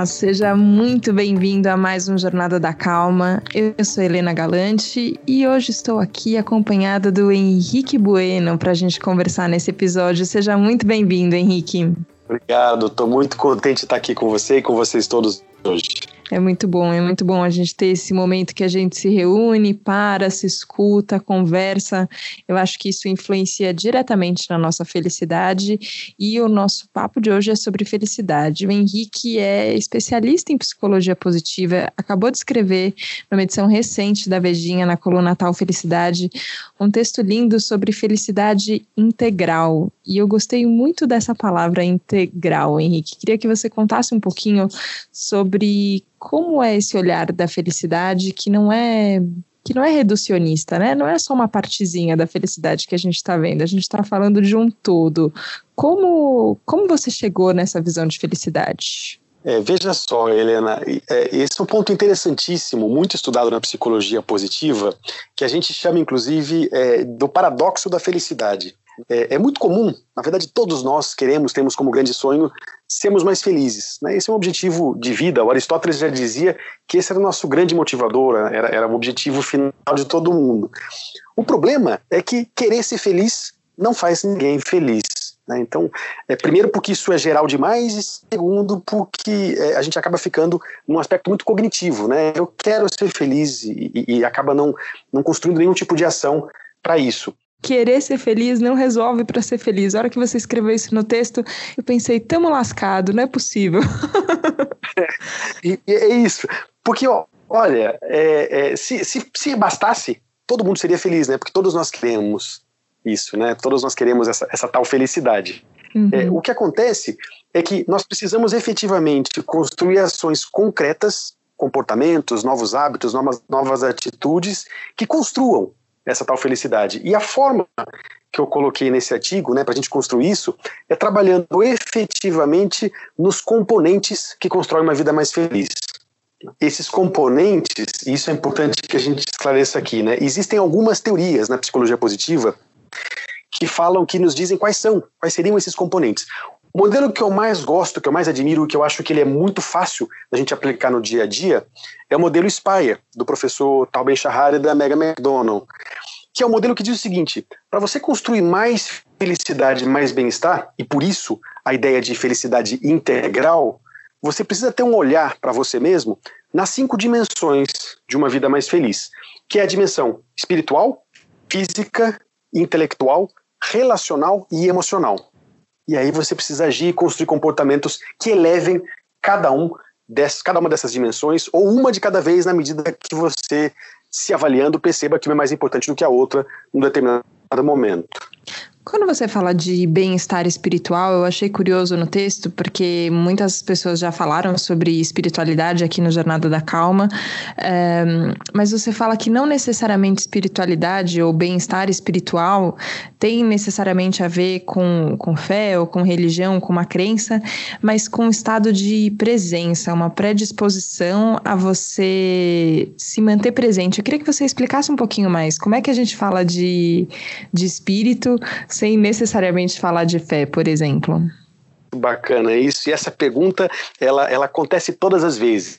Olá, seja muito bem-vindo a mais um Jornada da Calma. Eu sou Helena Galante e hoje estou aqui acompanhada do Henrique Bueno para a gente conversar nesse episódio. Seja muito bem-vindo, Henrique. Obrigado, estou muito contente de estar aqui com você e com vocês todos hoje. É muito bom a gente ter esse momento que a gente se reúne, se escuta, conversa. Eu acho que isso influencia diretamente na nossa felicidade e o nosso papo de hoje é sobre felicidade. O Henrique é especialista em psicologia positiva, acabou de escrever numa edição recente da Vejinha, na coluna Tal Felicidade, um texto lindo sobre felicidade integral. E eu gostei muito dessa palavra integral, Henrique. Queria que você contasse um pouquinho sobre como é esse olhar da felicidade que não é reducionista, né? Não é só uma partezinha da felicidade que a gente está vendo, a gente está falando de um todo. Como você chegou nessa visão de felicidade? Veja só, Helena, esse é um ponto interessantíssimo, muito estudado na psicologia positiva, que a gente chama, inclusive, do paradoxo da felicidade. É muito comum, na verdade todos nós temos como grande sonho sermos mais felizes, né? Esse é um objetivo de vida. O Aristóteles já dizia que esse era o nosso grande motivador, era o objetivo final de todo mundo. O problema é que querer ser feliz não faz ninguém feliz, né? Então, primeiro porque isso é geral demais e segundo porque a gente acaba ficando num aspecto muito cognitivo, né? Eu quero ser feliz e acaba não construindo nenhum tipo de ação para isso. Querer ser feliz não resolve para ser feliz. A hora que você escreveu isso no texto, eu pensei, tamo lascado, não é possível. É isso. Porque, olha, se bastasse, todo mundo seria feliz, né? Porque todos nós queremos isso, né? Todos nós queremos essa tal felicidade. O que acontece é que nós precisamos efetivamente construir ações concretas, comportamentos, novos hábitos, novas atitudes que construam essa tal felicidade. E a forma que eu coloquei nesse artigo, né, para a gente construir isso, é trabalhando efetivamente nos componentes que constroem uma vida mais feliz. Esses componentes, e isso é importante que a gente esclareça aqui, né, existem algumas teorias na psicologia positiva que nos dizem quais seriam esses componentes. O modelo que eu mais gosto, que eu mais admiro, que eu acho que ele é muito fácil da gente aplicar no dia a dia, é o modelo Spire, do professor Tal Ben-Shahar e da Megan McDonald, que é um modelo que diz o seguinte: para você construir mais felicidade, mais bem-estar, e por isso a ideia de felicidade integral, você precisa ter um olhar para você mesmo nas 5 dimensões de uma vida mais feliz, que é a dimensão espiritual, física, intelectual, relacional e emocional. E aí você precisa agir e construir comportamentos que elevem cada uma dessas dimensões, ou uma de cada vez, na medida que você, se avaliando, perceba que uma é mais importante do que a outra num determinado momento. Quando você fala de bem-estar espiritual, eu achei curioso no texto, porque muitas pessoas já falaram sobre espiritualidade aqui no Jornada da Calma, mas você fala que não necessariamente espiritualidade ou bem-estar espiritual tem necessariamente a ver com fé ou com religião, com uma crença, mas com um estado de presença, uma predisposição a você se manter presente. Eu queria que você explicasse um pouquinho mais como é que a gente fala de espírito sem necessariamente falar de fé, por exemplo. Bacana isso, e essa pergunta ela acontece todas as vezes,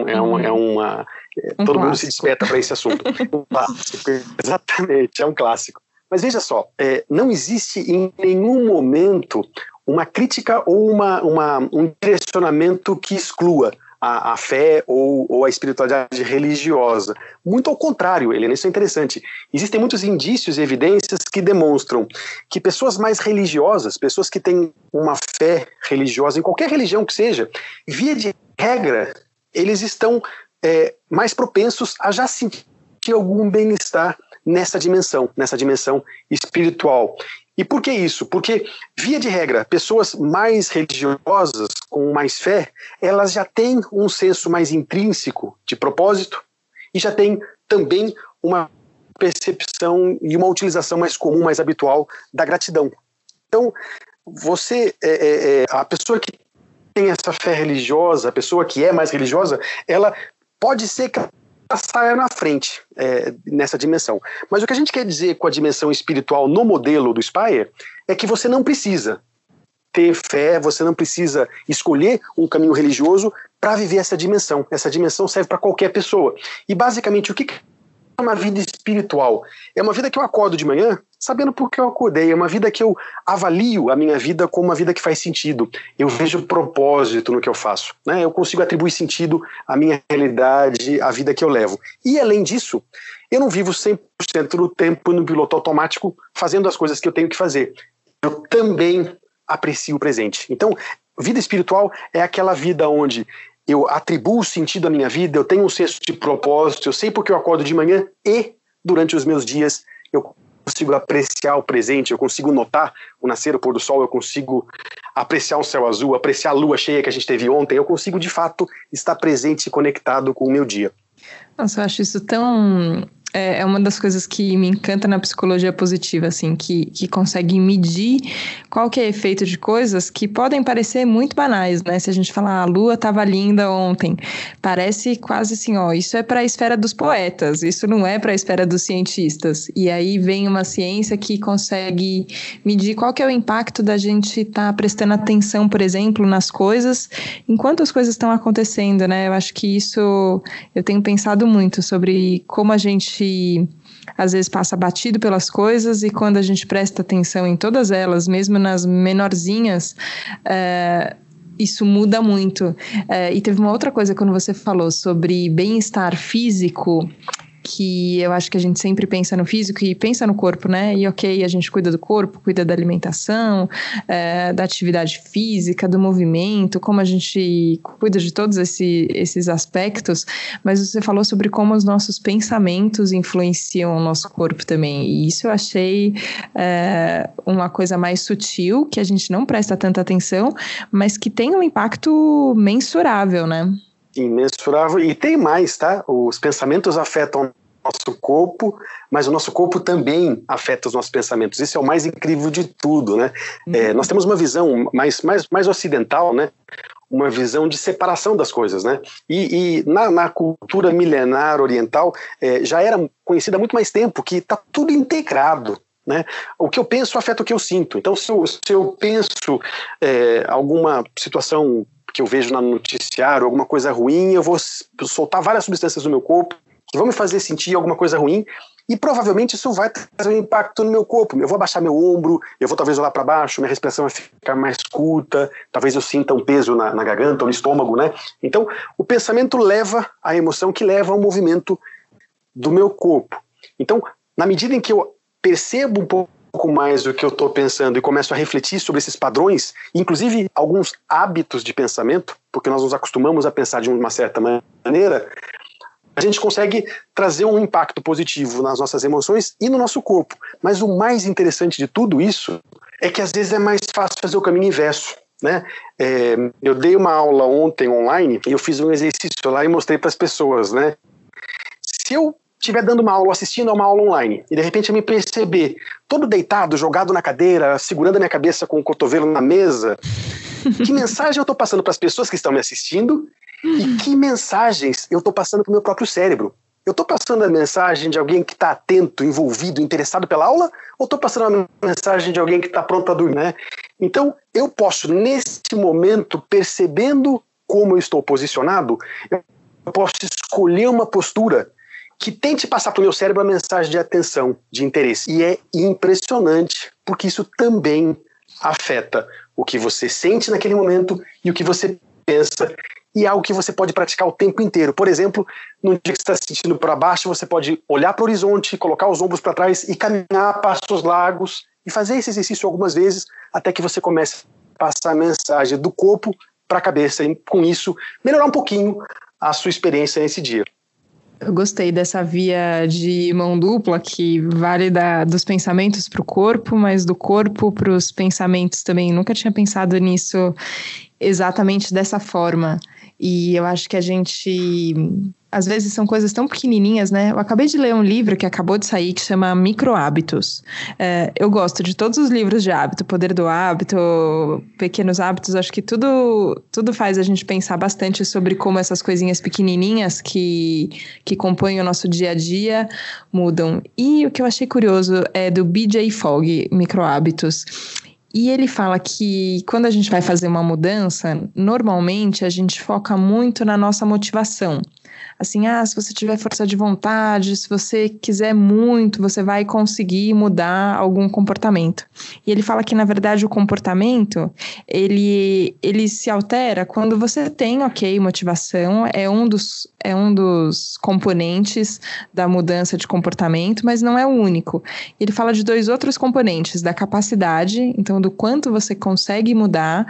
todo mundo se desperta para esse assunto. Um clássico, exatamente, é um clássico. Mas veja só, não existe em nenhum momento uma crítica ou um direcionamento que exclua a fé ou a espiritualidade religiosa. Muito ao contrário, Helena, isso é interessante. Existem muitos indícios e evidências que demonstram que pessoas mais religiosas, pessoas que têm uma fé religiosa, em qualquer religião que seja, via de regra, eles estão mais propensos a já sentir algum bem-estar nessa dimensão espiritual. E por que isso? Porque, via de regra, pessoas mais religiosas, com mais fé, elas já têm um senso mais intrínseco de propósito e já têm também uma percepção e uma utilização mais comum, mais habitual da gratidão. Então, a pessoa que tem essa fé religiosa, a pessoa que é mais religiosa, ela pode ser que saia na frente nessa dimensão. Mas o que a gente quer dizer com a dimensão espiritual no modelo do Spire é que você não precisa ter fé, você não precisa escolher um caminho religioso para viver essa dimensão. Essa dimensão serve para qualquer pessoa. E basicamente o que é uma vida espiritual? É uma vida que eu acordo de manhã sabendo por que eu acordei, é uma vida que eu avalio a minha vida como uma vida que faz sentido, eu vejo propósito no que eu faço, né? Eu consigo atribuir sentido à minha realidade, à vida que eu levo. E além disso, eu não vivo 100% do tempo no piloto automático fazendo as coisas que eu tenho que fazer. Eu também aprecio o presente. Então, vida espiritual é aquela vida onde eu atribuo sentido à minha vida, eu tenho um senso de propósito, eu sei porque eu acordo de manhã e durante os meus dias eu consigo apreciar o presente, eu consigo notar o nascer, o pôr do sol, eu consigo apreciar um céu azul, apreciar a lua cheia que a gente teve ontem, eu consigo de fato estar presente e conectado com o meu dia. Nossa, eu acho isso tão... É uma das coisas que me encanta na psicologia positiva, assim, que consegue medir qual que é o efeito de coisas que podem parecer muito banais, né? Se a gente falar, a lua estava linda ontem, parece quase assim, ó, isso é para a esfera dos poetas, isso não é para a esfera dos cientistas. E aí vem uma ciência que consegue medir qual que é o impacto da gente estar prestando atenção, por exemplo, nas coisas, enquanto as coisas estão acontecendo, né? Eu acho que isso, eu tenho pensado muito sobre como a gente às vezes passa batido pelas coisas e quando a gente presta atenção em todas elas, mesmo nas menorzinhas, isso muda muito. E teve uma outra coisa quando você falou sobre bem-estar físico, que eu acho que a gente sempre pensa no físico e pensa no corpo, né? E ok, a gente cuida do corpo, cuida da alimentação, da atividade física, do movimento, como a gente cuida de todos esses aspectos, mas você falou sobre como os nossos pensamentos influenciam o nosso corpo também, e isso eu achei uma coisa mais sutil, que a gente não presta tanta atenção, mas que tem um impacto mensurável, né? Imensurável, e tem mais, tá? Os pensamentos afetam o nosso corpo, mas o nosso corpo também afeta os nossos pensamentos. Isso é o mais incrível de tudo, né? Nós temos uma visão mais ocidental, né? Uma visão de separação das coisas, né? E na cultura milenar oriental já era conhecida há muito mais tempo que está tudo integrado. Né? O que eu penso afeta o que eu sinto. Então, se eu penso alguma situação que eu vejo no noticiário, alguma coisa ruim, eu vou soltar várias substâncias no meu corpo que vão me fazer sentir alguma coisa ruim e provavelmente isso vai trazer um impacto no meu corpo. Eu vou abaixar meu ombro, eu vou talvez olhar para baixo, minha respiração vai ficar mais curta, talvez eu sinta um peso na garganta ou no estômago, né? Então, o pensamento leva a emoção que leva ao movimento do meu corpo. Então, na medida em que eu percebo um pouco mais do que eu estou pensando e começo a refletir sobre esses padrões, inclusive alguns hábitos de pensamento, porque nós nos acostumamos a pensar de uma certa maneira, a gente consegue trazer um impacto positivo nas nossas emoções e no nosso corpo. Mas o mais interessante de tudo isso é que às vezes é mais fácil fazer o caminho inverso, né? Eu dei uma aula ontem online e eu fiz um exercício lá e mostrei para as pessoas, né? Se eu estiver dando uma aula, assistindo a uma aula online, e de repente eu me perceber todo deitado, jogado na cadeira, segurando a minha cabeça com o cotovelo na mesa, que mensagem eu estou passando para as pessoas que estão me assistindo e que mensagens eu estou passando para o meu próprio cérebro? Eu estou passando a mensagem de alguém que está atento, envolvido, interessado pela aula, ou estou passando a mensagem de alguém que está pronto a dormir, né? Então, eu posso, neste momento, percebendo como eu estou posicionado, eu posso escolher uma postura que tente passar para o meu cérebro a mensagem de atenção, de interesse. E é impressionante, porque isso também afeta o que você sente naquele momento e o que você pensa, e é algo que você pode praticar o tempo inteiro. Por exemplo, num dia que você está se sentindo para baixo, você pode olhar para o horizonte, colocar os ombros para trás e caminhar a passos largos e fazer esse exercício algumas vezes até que você comece a passar a mensagem do corpo para a cabeça e, com isso, melhorar um pouquinho a sua experiência nesse dia. Eu gostei dessa via de mão dupla que vale dos pensamentos para o corpo, mas do corpo para os pensamentos também. Nunca tinha pensado nisso exatamente dessa forma. E eu acho que a gente... Às vezes são coisas tão pequenininhas, né? Eu acabei de ler um livro que acabou de sair que chama Micro Hábitos. Eu gosto de todos os livros de hábito, Poder do Hábito, Pequenos Hábitos. Acho que tudo faz a gente pensar bastante sobre como essas coisinhas pequenininhas que compõem o nosso dia a dia mudam. E o que eu achei curioso é do BJ Fogg, Micro Hábitos. E ele fala que quando a gente vai fazer uma mudança, normalmente a gente foca muito na nossa motivação. Assim, se você tiver força de vontade, se você quiser muito, você vai conseguir mudar algum comportamento. E ele fala que, na verdade, o comportamento, ele se altera quando você tem, motivação, é um dos componentes da mudança de comportamento, mas não é o único. Ele fala de 2 outros componentes, da capacidade, então do quanto você consegue mudar.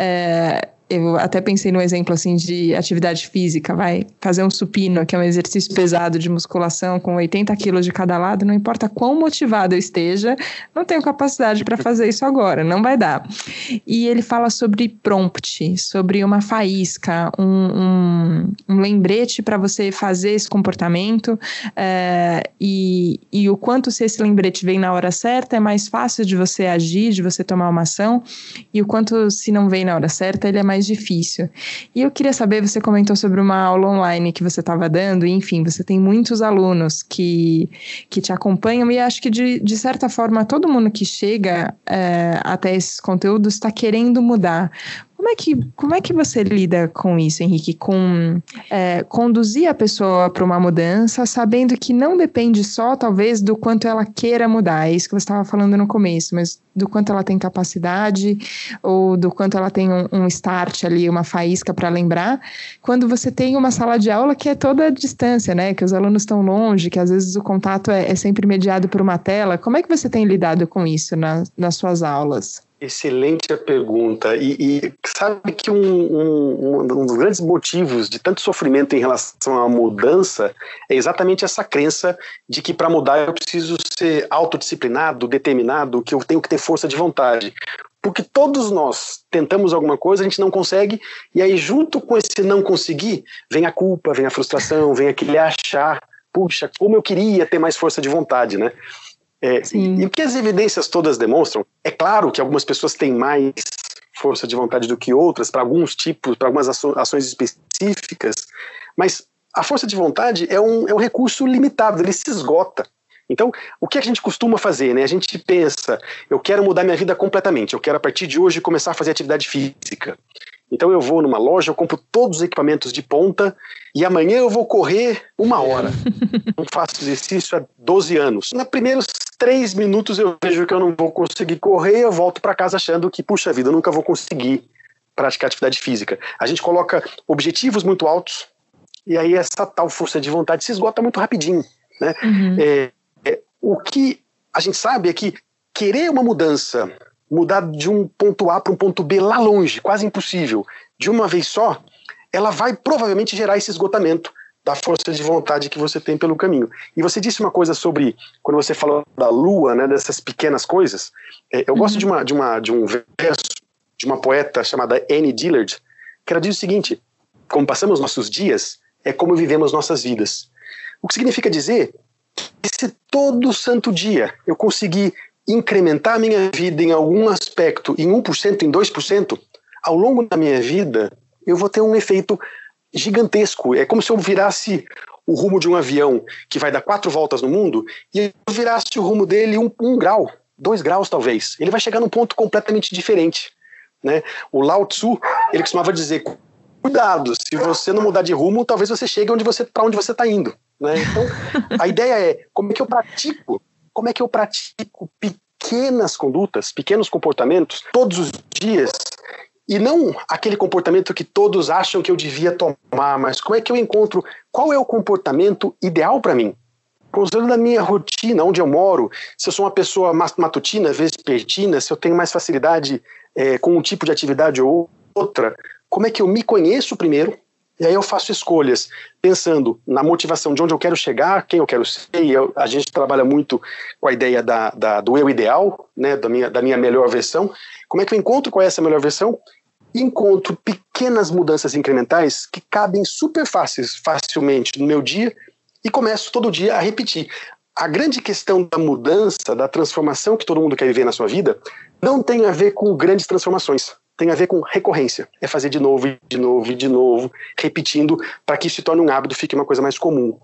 Eu até pensei no exemplo assim de atividade física, vai fazer um supino, que é um exercício pesado de musculação com 80 quilos de cada lado, não importa quão motivado eu esteja, não tenho capacidade para fazer isso agora, não vai dar. E ele fala sobre prompt, sobre uma faísca, um lembrete para você fazer esse comportamento, e o quanto, se esse lembrete vem na hora certa, é mais fácil de você agir, de você tomar uma ação, e o quanto, se não vem na hora certa, ele é mais difícil. E eu queria saber, você comentou sobre uma aula online que você estava dando, e enfim, você tem muitos alunos que te acompanham, e acho que de certa forma todo mundo que chega até esses conteúdos está querendo mudar. Como é que você lida com isso, Henrique? Com conduzir a pessoa para uma mudança, sabendo que não depende só, talvez, do quanto ela queira mudar. É isso que você estava falando no começo, mas do quanto ela tem capacidade ou do quanto ela tem um start ali, uma faísca para lembrar. Quando você tem uma sala de aula que é toda a distância, né? Que os alunos estão longe, que às vezes o contato é sempre mediado por uma tela. Como é que você tem lidado com isso nas suas aulas? Excelente a pergunta, e sabe que um dos grandes motivos de tanto sofrimento em relação à mudança é exatamente essa crença de que para mudar eu preciso ser autodisciplinado, determinado, que eu tenho que ter força de vontade. Porque todos nós tentamos alguma coisa, a gente não consegue, e aí junto com esse não conseguir, vem a culpa, vem a frustração, vem aquele achar, puxa, como eu queria ter mais força de vontade, né? E o que as evidências todas demonstram, é claro que algumas pessoas têm mais força de vontade do que outras, para alguns tipos, para algumas ações específicas, mas a força de vontade é um recurso limitado, ele se esgota. Então, o que a gente costuma fazer, né? A gente pensa, eu quero mudar minha vida completamente, eu quero a partir de hoje começar a fazer atividade física. Então eu vou numa loja, eu compro todos os equipamentos de ponta e amanhã eu vou correr 1 hora. Eu faço exercício há 12 anos. Nos primeiros 3 minutos eu vejo que eu não vou conseguir correr, eu volto para casa achando que, puxa vida, eu nunca vou conseguir praticar atividade física. A gente coloca objetivos muito altos e aí essa tal força de vontade se esgota muito rapidinho, né? O que a gente sabe é que querer uma mudança, mudar de um ponto A para um ponto B lá longe, quase impossível, de uma vez só, ela vai provavelmente gerar esse esgotamento da força de vontade que você tem pelo caminho. E você disse uma coisa sobre, quando você falou da lua, né, dessas pequenas coisas, eu gosto de um verso de uma poeta chamada Annie Dillard, que ela diz o seguinte: como passamos nossos dias, é como vivemos nossas vidas. O que significa dizer que se todo santo dia eu conseguir incrementar a minha vida em algum aspecto, em 1%, em 2%, ao longo da minha vida, eu vou ter um efeito gigantesco. É como se eu virasse o rumo de um avião que vai dar 4 voltas no mundo e eu virasse o rumo dele 1 grau, 2 graus talvez. Ele vai chegar num ponto completamente diferente, né? O Lao Tzu, ele costumava dizer, cuidado, se você não mudar de rumo, talvez você chegue para onde você está indo, né? Então, a ideia é, como é que eu pratico pequenas condutas, pequenos comportamentos, todos os dias, e não aquele comportamento que todos acham que eu devia tomar, mas como é que eu encontro qual é o comportamento ideal para mim? Considerando a minha rotina, onde eu moro, se eu sou uma pessoa matutina, vespertina, se eu tenho mais facilidade com um tipo de atividade ou outra, como é que eu me conheço primeiro? E aí eu faço escolhas pensando na motivação de onde eu quero chegar, quem eu quero ser. A gente trabalha muito com a ideia do eu ideal, né, da minha melhor versão. Como é que eu encontro qual é essa melhor versão? Encontro pequenas mudanças incrementais que cabem super facilmente no meu dia e começo todo dia a repetir. A grande questão da mudança, da transformação que todo mundo quer viver na sua vida, não tem a ver com grandes transformações. Tem a ver com recorrência. É fazer de novo, de novo, de novo, repetindo, para que isso se torne um hábito, fique uma coisa mais comum.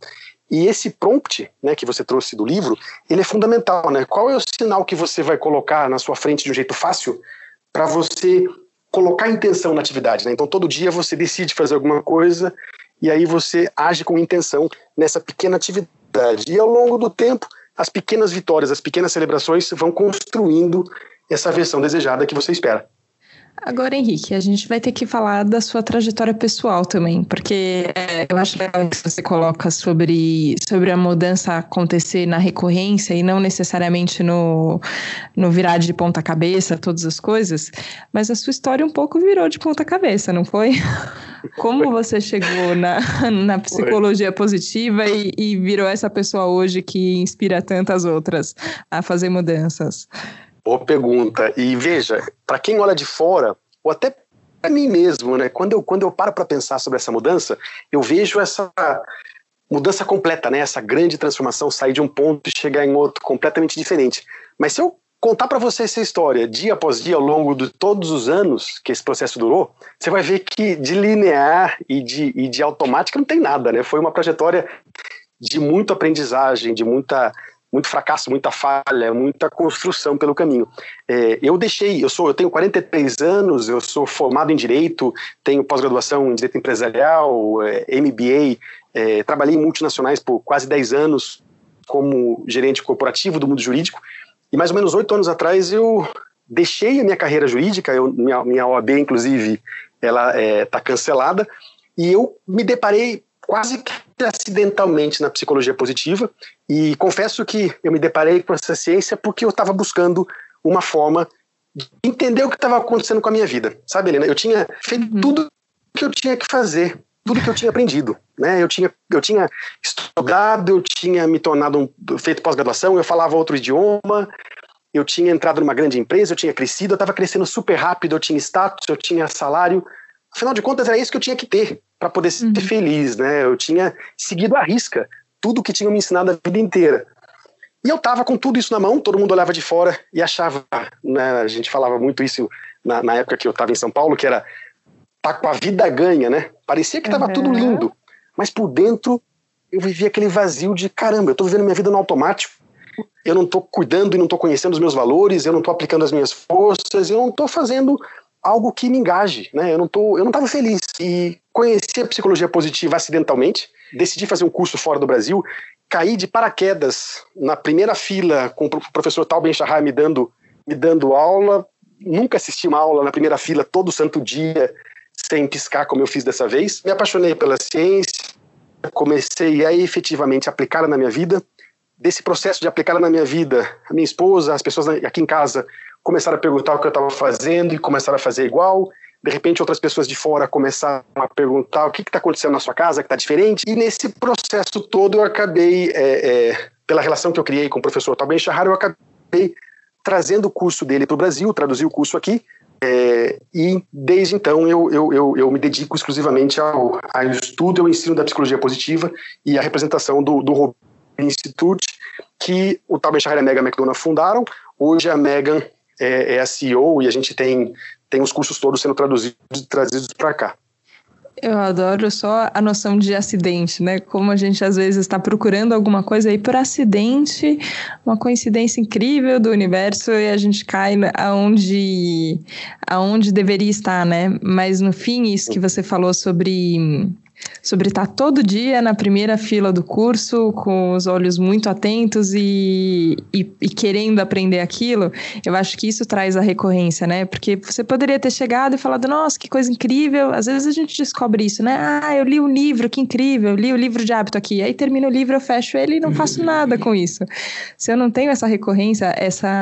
E esse prompt, né, que você trouxe do livro, ele é fundamental, né? Qual é o sinal que você vai colocar na sua frente de um jeito fácil para você colocar intenção na atividade, né? Então, todo dia você decide fazer alguma coisa e aí você age com intenção nessa pequena atividade. E ao longo do tempo, as pequenas vitórias, as pequenas celebrações vão construindo essa versão desejada que você espera. Agora, Henrique, a gente vai ter que falar da sua trajetória pessoal também, porque eu acho legal que você coloca sobre a mudança acontecer na recorrência e não necessariamente no virar de ponta cabeça, todas as coisas, mas a sua história um pouco virou de ponta cabeça, não foi? Como você chegou na psicologia positiva e virou essa pessoa hoje que inspira tantas outras a fazer mudanças? Boa pergunta. E veja, para quem olha de fora, ou até para mim mesmo, né? Quando eu paro para pensar sobre essa mudança, eu vejo essa mudança completa, né? Essa grande transformação, sair de um ponto e chegar em outro completamente diferente. Mas se eu contar para você essa história, dia após dia, ao longo de todos os anos que esse processo durou, você vai ver que de linear e de automática não tem nada, né? Foi uma trajetória de muita aprendizagem, de muito fracasso, muita falha, muita construção pelo caminho. Eu tenho 43 anos, eu sou formado em Direito, tenho pós-graduação em Direito Empresarial, MBA, trabalhei em multinacionais por quase 10 anos como gerente corporativo do mundo jurídico, e mais ou menos 8 anos atrás eu deixei a minha carreira jurídica, minha OAB, inclusive, ela está cancelada, e eu me deparei quase que acidentalmente na psicologia positiva, e confesso que eu me deparei com essa ciência porque eu estava buscando uma forma de entender o que estava acontecendo com a minha vida, sabe, Helena? Eu tinha feito tudo o que eu tinha que fazer, tudo que eu tinha aprendido, né? Eu tinha estudado, eu tinha me tornado feito pós-graduação, eu falava outro idioma, eu tinha entrado numa grande empresa, eu tinha crescido, eu estava crescendo super rápido, eu tinha status, eu tinha salário. Afinal de contas, era isso que eu tinha que ter para poder ser feliz, né? Eu tinha seguido à risca tudo que tinham me ensinado a vida inteira. E eu estava com tudo isso na mão, todo mundo olhava de fora e achava, né, a gente falava muito isso na época que eu estava em São Paulo, que era tá com a vida ganha, né? Parecia que estava tudo lindo, mas por dentro eu vivia aquele vazio de caramba, eu estou vivendo minha vida no automático, eu não estou cuidando e não estou conhecendo os meus valores, eu não estou aplicando as minhas forças, eu não estou fazendo algo que me engaje, né? Eu não estava feliz. E conheci a psicologia positiva acidentalmente, decidi fazer um curso fora do Brasil, caí de paraquedas na primeira fila com o professor Tal Ben-Shahar me dando aula, nunca assisti uma aula na primeira fila todo santo dia, sem piscar como eu fiz dessa vez. Me apaixonei pela ciência, comecei a efetivamente aplicá-la na minha vida. Desse processo de aplicá-la na minha vida, a minha esposa, as pessoas aqui em casa começaram a perguntar o que eu estava fazendo e começaram a fazer igual. De repente, outras pessoas de fora começaram a perguntar o que está acontecendo na sua casa, que está diferente. E nesse processo todo, eu acabei, pela relação que eu criei com o professor Tal Ben-Shahar, eu acabei trazendo o curso dele para o Brasil, traduzi o curso aqui. E desde então, eu me dedico exclusivamente ao estudo e ao ensino da psicologia positiva e à representação do Robbins Institute, que o Tal Ben-Shahar e a Megan McDonough fundaram. Hoje a Megan é a CEO e a gente tem os cursos todos sendo trazidos para cá. Eu adoro só a noção de acidente, né? Como a gente às vezes está procurando alguma coisa aí por acidente, uma coincidência incrível do universo e a gente cai aonde deveria estar, né? Mas no fim, isso que você falou sobre estar todo dia na primeira fila do curso, com os olhos muito atentos e querendo aprender aquilo, eu acho que isso traz a recorrência, né? Porque você poderia ter chegado e falado, nossa, que coisa incrível. Às vezes a gente descobre isso, né? Eu li um livro, que incrível, eu li o livro de hábito aqui. Aí termina o livro, eu fecho ele e não faço nada com isso. Se eu não tenho essa recorrência,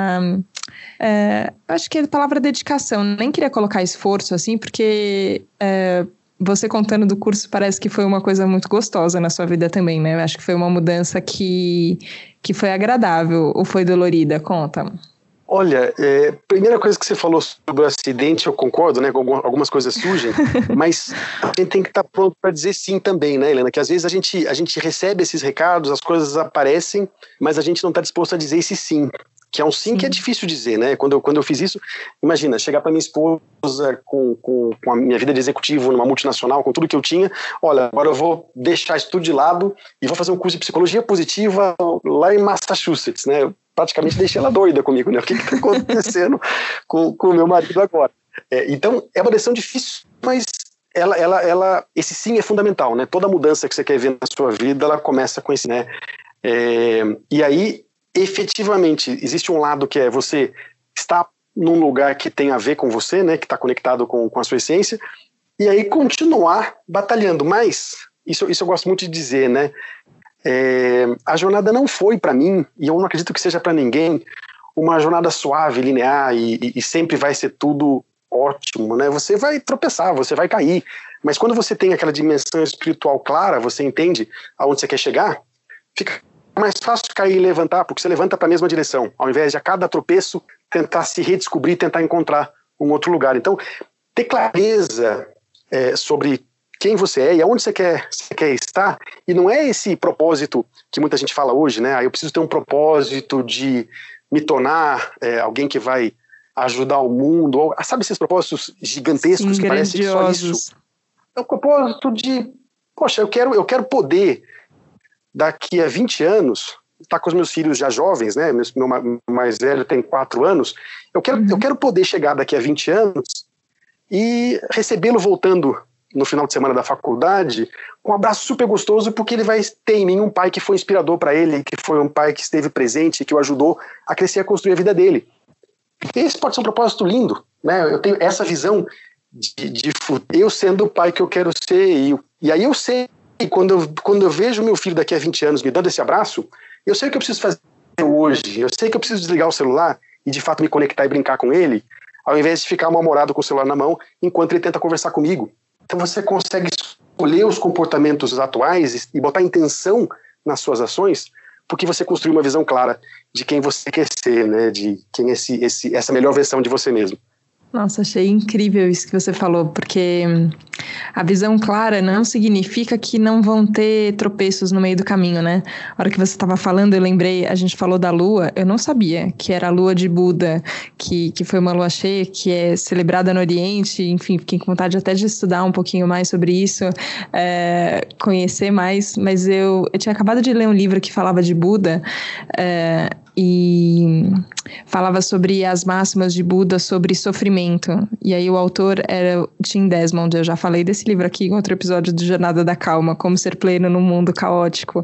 acho que é a palavra dedicação. Nem queria colocar esforço, assim, porque você contando do curso parece que foi uma coisa muito gostosa na sua vida também, né? Eu acho que foi uma mudança que foi agradável ou foi dolorida? Conta. Olha, primeira coisa que você falou sobre o acidente, eu concordo, né? Algumas coisas surgem, mas a gente tem que estar pronto para dizer sim também, né, Helena? Que às vezes a gente recebe esses recados, as coisas aparecem, mas a gente não está disposto a dizer esse sim. que é um sim que é difícil dizer, né? Quando eu fiz isso, imagina, chegar para minha esposa com a minha vida de executivo numa multinacional, com tudo que eu tinha, olha, agora eu vou deixar isso tudo de lado e vou fazer um curso de psicologia positiva lá em Massachusetts, né? Eu praticamente deixei ela doida comigo, né? O que está acontecendo com o meu marido agora? Então, é uma decisão difícil, mas esse sim é fundamental, né? Toda mudança que você quer ver na sua vida, ela começa com esse, né? E aí, efetivamente, existe um lado que é você estar num lugar que tem a ver com você, né, que está conectado com a sua essência, e aí continuar batalhando. Mas, isso eu gosto muito de dizer, né, a jornada não foi para mim, e eu não acredito que seja para ninguém, uma jornada suave, linear, e sempre vai ser tudo ótimo, né, você vai tropeçar, você vai cair, mas quando você tem aquela dimensão espiritual clara, você entende aonde você quer chegar, fica mais fácil cair e levantar, porque você levanta para a mesma direção, ao invés de a cada tropeço tentar se redescobrir, tentar encontrar um outro lugar. Então, ter clareza sobre quem você é e aonde você quer estar, e não é esse propósito que muita gente fala hoje, né? Eu preciso ter um propósito de me tornar alguém que vai ajudar o mundo, ou, sabe esses propósitos gigantescos que parecem só isso? É um propósito de, poxa, eu quero poder daqui a 20 anos, tá com os meus filhos já jovens, né? Meu mais velho tem 4 anos. Eu quero poder chegar daqui a 20 anos e recebê-lo voltando no final de semana da faculdade com um abraço super gostoso, porque ele vai ter em mim um pai que foi inspirador para ele, que foi um pai que esteve presente, que o ajudou a crescer, a construir a vida dele. Esse pode ser um propósito lindo, né? Eu tenho essa visão de eu sendo o pai que eu quero ser, e aí eu sei. E quando eu vejo meu filho daqui a 20 anos me dando esse abraço, eu sei o que eu preciso fazer hoje, eu sei que eu preciso desligar o celular e de fato me conectar e brincar com ele, ao invés de ficar mal-humorado com o celular na mão enquanto ele tenta conversar comigo. Então você consegue escolher os comportamentos atuais e botar intenção nas suas ações, porque você construiu uma visão clara de quem você quer ser, né? De quem é essa melhor versão de você mesmo. Nossa, achei incrível isso que você falou, porque a visão clara não significa que não vão ter tropeços no meio do caminho, né? A hora que você estava falando, eu lembrei, a gente falou da lua, eu não sabia que era a lua de Buda, que foi uma lua cheia, que é celebrada no Oriente, enfim, fiquei com vontade até de estudar um pouquinho mais sobre isso, conhecer mais, mas eu tinha acabado de ler um livro que falava de Buda, e falava sobre as máximas de Buda sobre sofrimento, e aí o autor era Tim Desmond. Eu já falei desse livro aqui em outro episódio do Jornada da Calma, Como Ser Pleno num Mundo Caótico,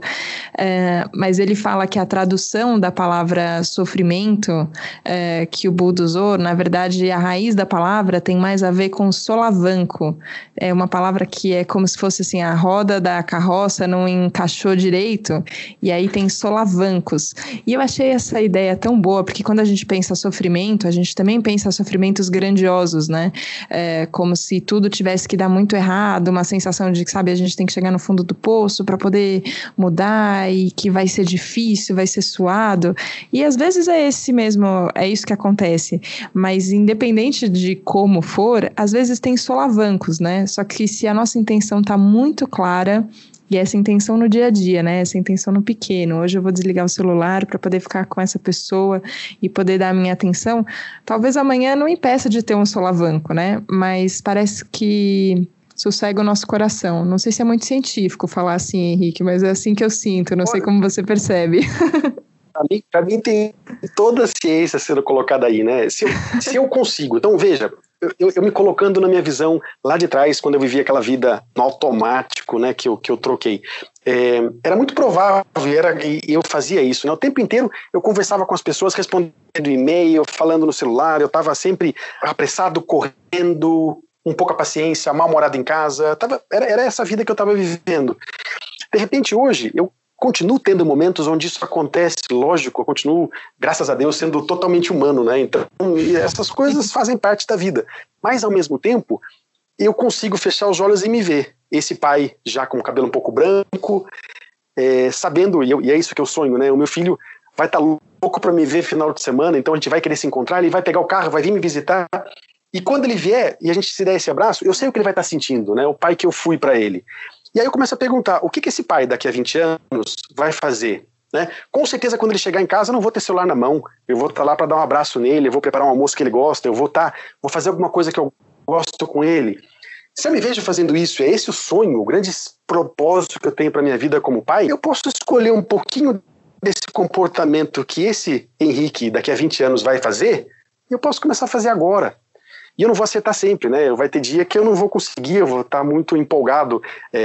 mas ele fala que a tradução da palavra sofrimento que o Buda usou, na verdade a raiz da palavra tem mais a ver com solavanco, é uma palavra que é como se fosse assim, a roda da carroça não encaixou direito, e aí tem solavancos, e eu achei essa ideia tão boa, porque quando a gente pensa sofrimento, a gente também pensa sofrimentos grandiosos, né? Como se tudo tivesse que dar muito errado, uma sensação de que, sabe, a gente tem que chegar no fundo do poço para poder mudar e que vai ser difícil, vai ser suado. E às vezes é isso que acontece. Mas independente de como for, às vezes tem solavancos, né? Só que se a nossa intenção está muito clara, e essa intenção no dia a dia, né? Essa intenção no pequeno. Hoje eu vou desligar o celular para poder ficar com essa pessoa e poder dar a minha atenção. Talvez amanhã não impeça de ter um solavanco, né? Mas parece que sossega o nosso coração. Não sei se é muito científico falar assim, Henrique, mas é assim que eu sinto. Não sei como você percebe. Para mim tem toda a ciência sendo colocada aí, né? Se eu consigo. Então, veja, eu me colocando na minha visão lá de trás, quando eu vivia aquela vida no automático, né, que eu troquei. Era muito provável, e eu fazia isso, né? O tempo inteiro eu conversava com as pessoas, respondendo e-mail, falando no celular, eu estava sempre apressado, correndo, com pouca paciência, mal-humorado em casa, era essa vida que eu estava vivendo. De repente, hoje, eu continuo tendo momentos onde isso acontece, lógico, eu continuo, graças a Deus, sendo totalmente humano, né? Então, essas coisas fazem parte da vida. Mas, ao mesmo tempo, eu consigo fechar os olhos e me ver. Esse pai já com o cabelo um pouco branco, sabendo, e é isso que eu sonho, né? O meu filho vai estar louco para me ver final de semana, então a gente vai querer se encontrar, ele vai pegar o carro, vai vir me visitar, e quando ele vier e a gente se der esse abraço, eu sei o que ele vai estar sentindo, né? O pai que eu fui para ele. E aí eu começo a perguntar, o que esse pai daqui a 20 anos vai fazer? né? Com certeza, quando ele chegar em casa, eu não vou ter celular na mão, eu vou estar lá para dar um abraço nele, eu vou preparar um almoço que ele gosta, eu vou fazer alguma coisa que eu gosto com ele. Se eu me vejo fazendo isso, é esse o sonho, o grande propósito que eu tenho para minha vida como pai, eu posso escolher um pouquinho desse comportamento que esse Henrique daqui a 20 anos vai fazer, e eu posso começar a fazer agora. E eu não vou acertar sempre, né? Vai ter dia que eu não vou conseguir, eu vou estar muito empolgado,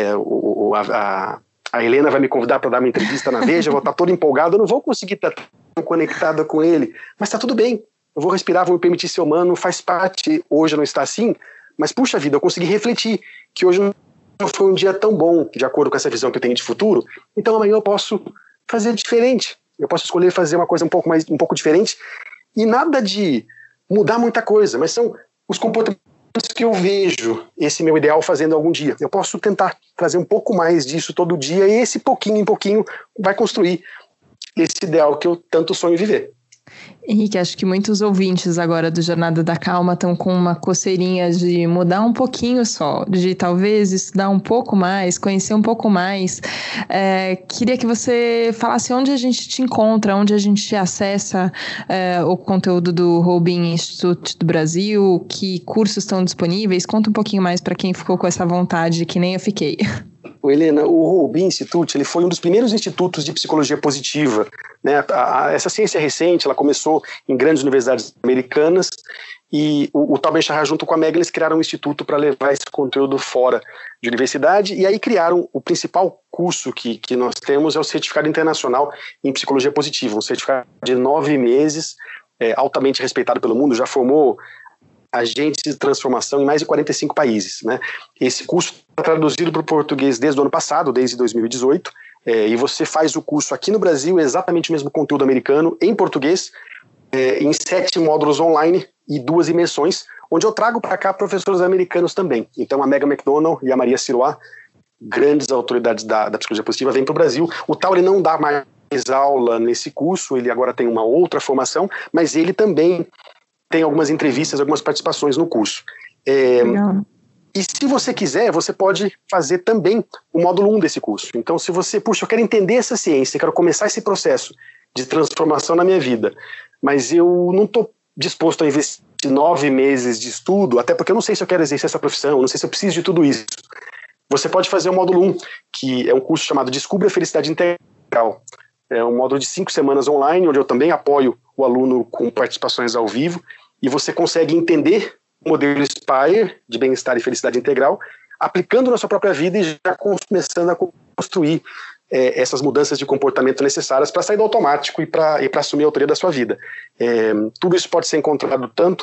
a Helena vai me convidar para dar uma entrevista na Veja, eu vou estar todo empolgado, eu não vou conseguir estar tão conectado com ele, mas está tudo bem, eu vou respirar, vou me permitir ser humano, faz parte, hoje não está assim, mas puxa vida, eu consegui refletir que hoje não foi um dia tão bom, de acordo com essa visão que eu tenho de futuro, então amanhã eu posso fazer diferente, eu posso escolher fazer uma coisa um pouco diferente, e nada de mudar muita coisa, mas são os comportamentos que eu vejo esse meu ideal fazendo algum dia. Eu posso tentar trazer um pouco mais disso todo dia, e esse pouquinho em pouquinho vai construir esse ideal que eu tanto sonho viver. Henrique, acho que muitos ouvintes agora do Jornada da Calma estão com uma coceirinha de mudar um pouquinho só, de talvez estudar um pouco mais, conhecer um pouco mais. Queria que você falasse onde a gente te encontra, onde a gente acessa o conteúdo do Roubin Institute do Brasil, que cursos estão disponíveis. Conta um pouquinho mais para quem ficou com essa vontade, que nem eu fiquei. Helena, o Roubin Institute, ele foi um dos primeiros institutos de psicologia positiva, né? Essa ciência recente, ela começou em grandes universidades americanas, e o Tal Ben-Shahar junto com a Meg, eles criaram um instituto para levar esse conteúdo fora de universidade, e aí criaram o principal curso que nós temos, é o Certificado Internacional em Psicologia Positiva, um certificado de 9 meses, altamente respeitado pelo mundo, já formou agentes de transformação em mais de 45 países, né? Esse curso está traduzido para o português desde o ano passado, desde 2018, e você faz o curso aqui no Brasil, exatamente o mesmo conteúdo americano, em português, em 7 módulos online e 2 imersões, onde eu trago para cá professores americanos também. Então a Megan McDonald e a Maria Sirois, grandes autoridades da psicologia positiva, vêm para o Brasil. O Tal, ele não dá mais aula nesse curso, ele agora tem uma outra formação, mas ele também tem algumas entrevistas, algumas participações no curso. E se você quiser, você pode fazer também o módulo 1 desse curso. Então, se você, eu quero entender essa ciência, quero começar esse processo de transformação na minha vida, mas eu não estou disposto a investir 9 meses de estudo, até porque eu não sei se eu quero exercer essa profissão, não sei se eu preciso de tudo isso. Você pode fazer o módulo 1, que é um curso chamado Descubra a Felicidade Integral. É um módulo de 5 semanas online, onde eu também apoio o aluno com participações ao vivo, e você consegue entender o modelo Inspire de bem-estar e felicidade integral, aplicando na sua própria vida e já começando a construir essas mudanças de comportamento necessárias para sair do automático e para assumir a autoria da sua vida. Tudo isso pode ser encontrado tanto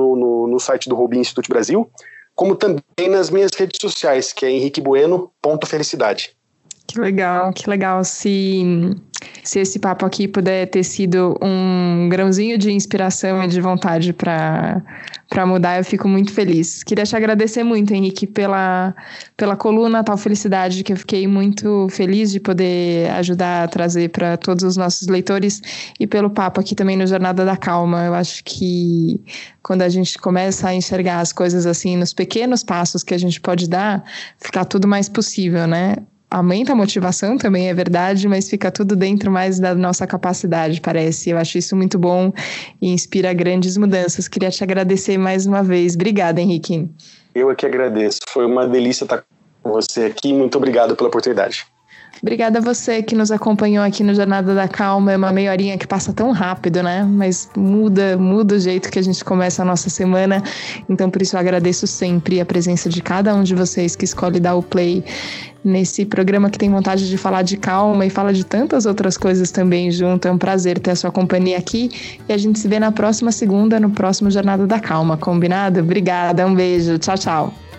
no site do Roubin Institute Brasil, como também nas minhas redes sociais, que é henriquebueno.felicidade. Que legal. Se esse papo aqui puder ter sido um grãozinho de inspiração e de vontade para mudar, eu fico muito feliz. Queria te agradecer muito, Henrique, pela coluna Tal Felicidade, que eu fiquei muito feliz de poder ajudar a trazer para todos os nossos leitores, e pelo papo aqui também no Jornada da Calma. Eu acho que quando a gente começa a enxergar as coisas assim, nos pequenos passos que a gente pode dar, fica tudo mais possível, né? Aumenta a motivação também, é verdade, mas fica tudo dentro mais da nossa capacidade, parece. Eu acho isso muito bom e inspira grandes mudanças. Queria te agradecer mais uma vez. Obrigada, Henrique. Eu é que agradeço. Foi uma delícia estar com você aqui. Muito obrigado pela oportunidade. Obrigada a você que nos acompanhou aqui no Jornada da Calma. É uma meia horinha que passa tão rápido, né? Mas muda o jeito que a gente começa a nossa semana. Então, por isso, eu agradeço sempre a presença de cada um de vocês que escolhe dar o play nesse programa que tem vontade de falar de calma e fala de tantas outras coisas também junto. É um prazer ter a sua companhia aqui. E a gente se vê na próxima segunda, no próximo Jornada da Calma. Combinado? Obrigada, um beijo. Tchau, tchau.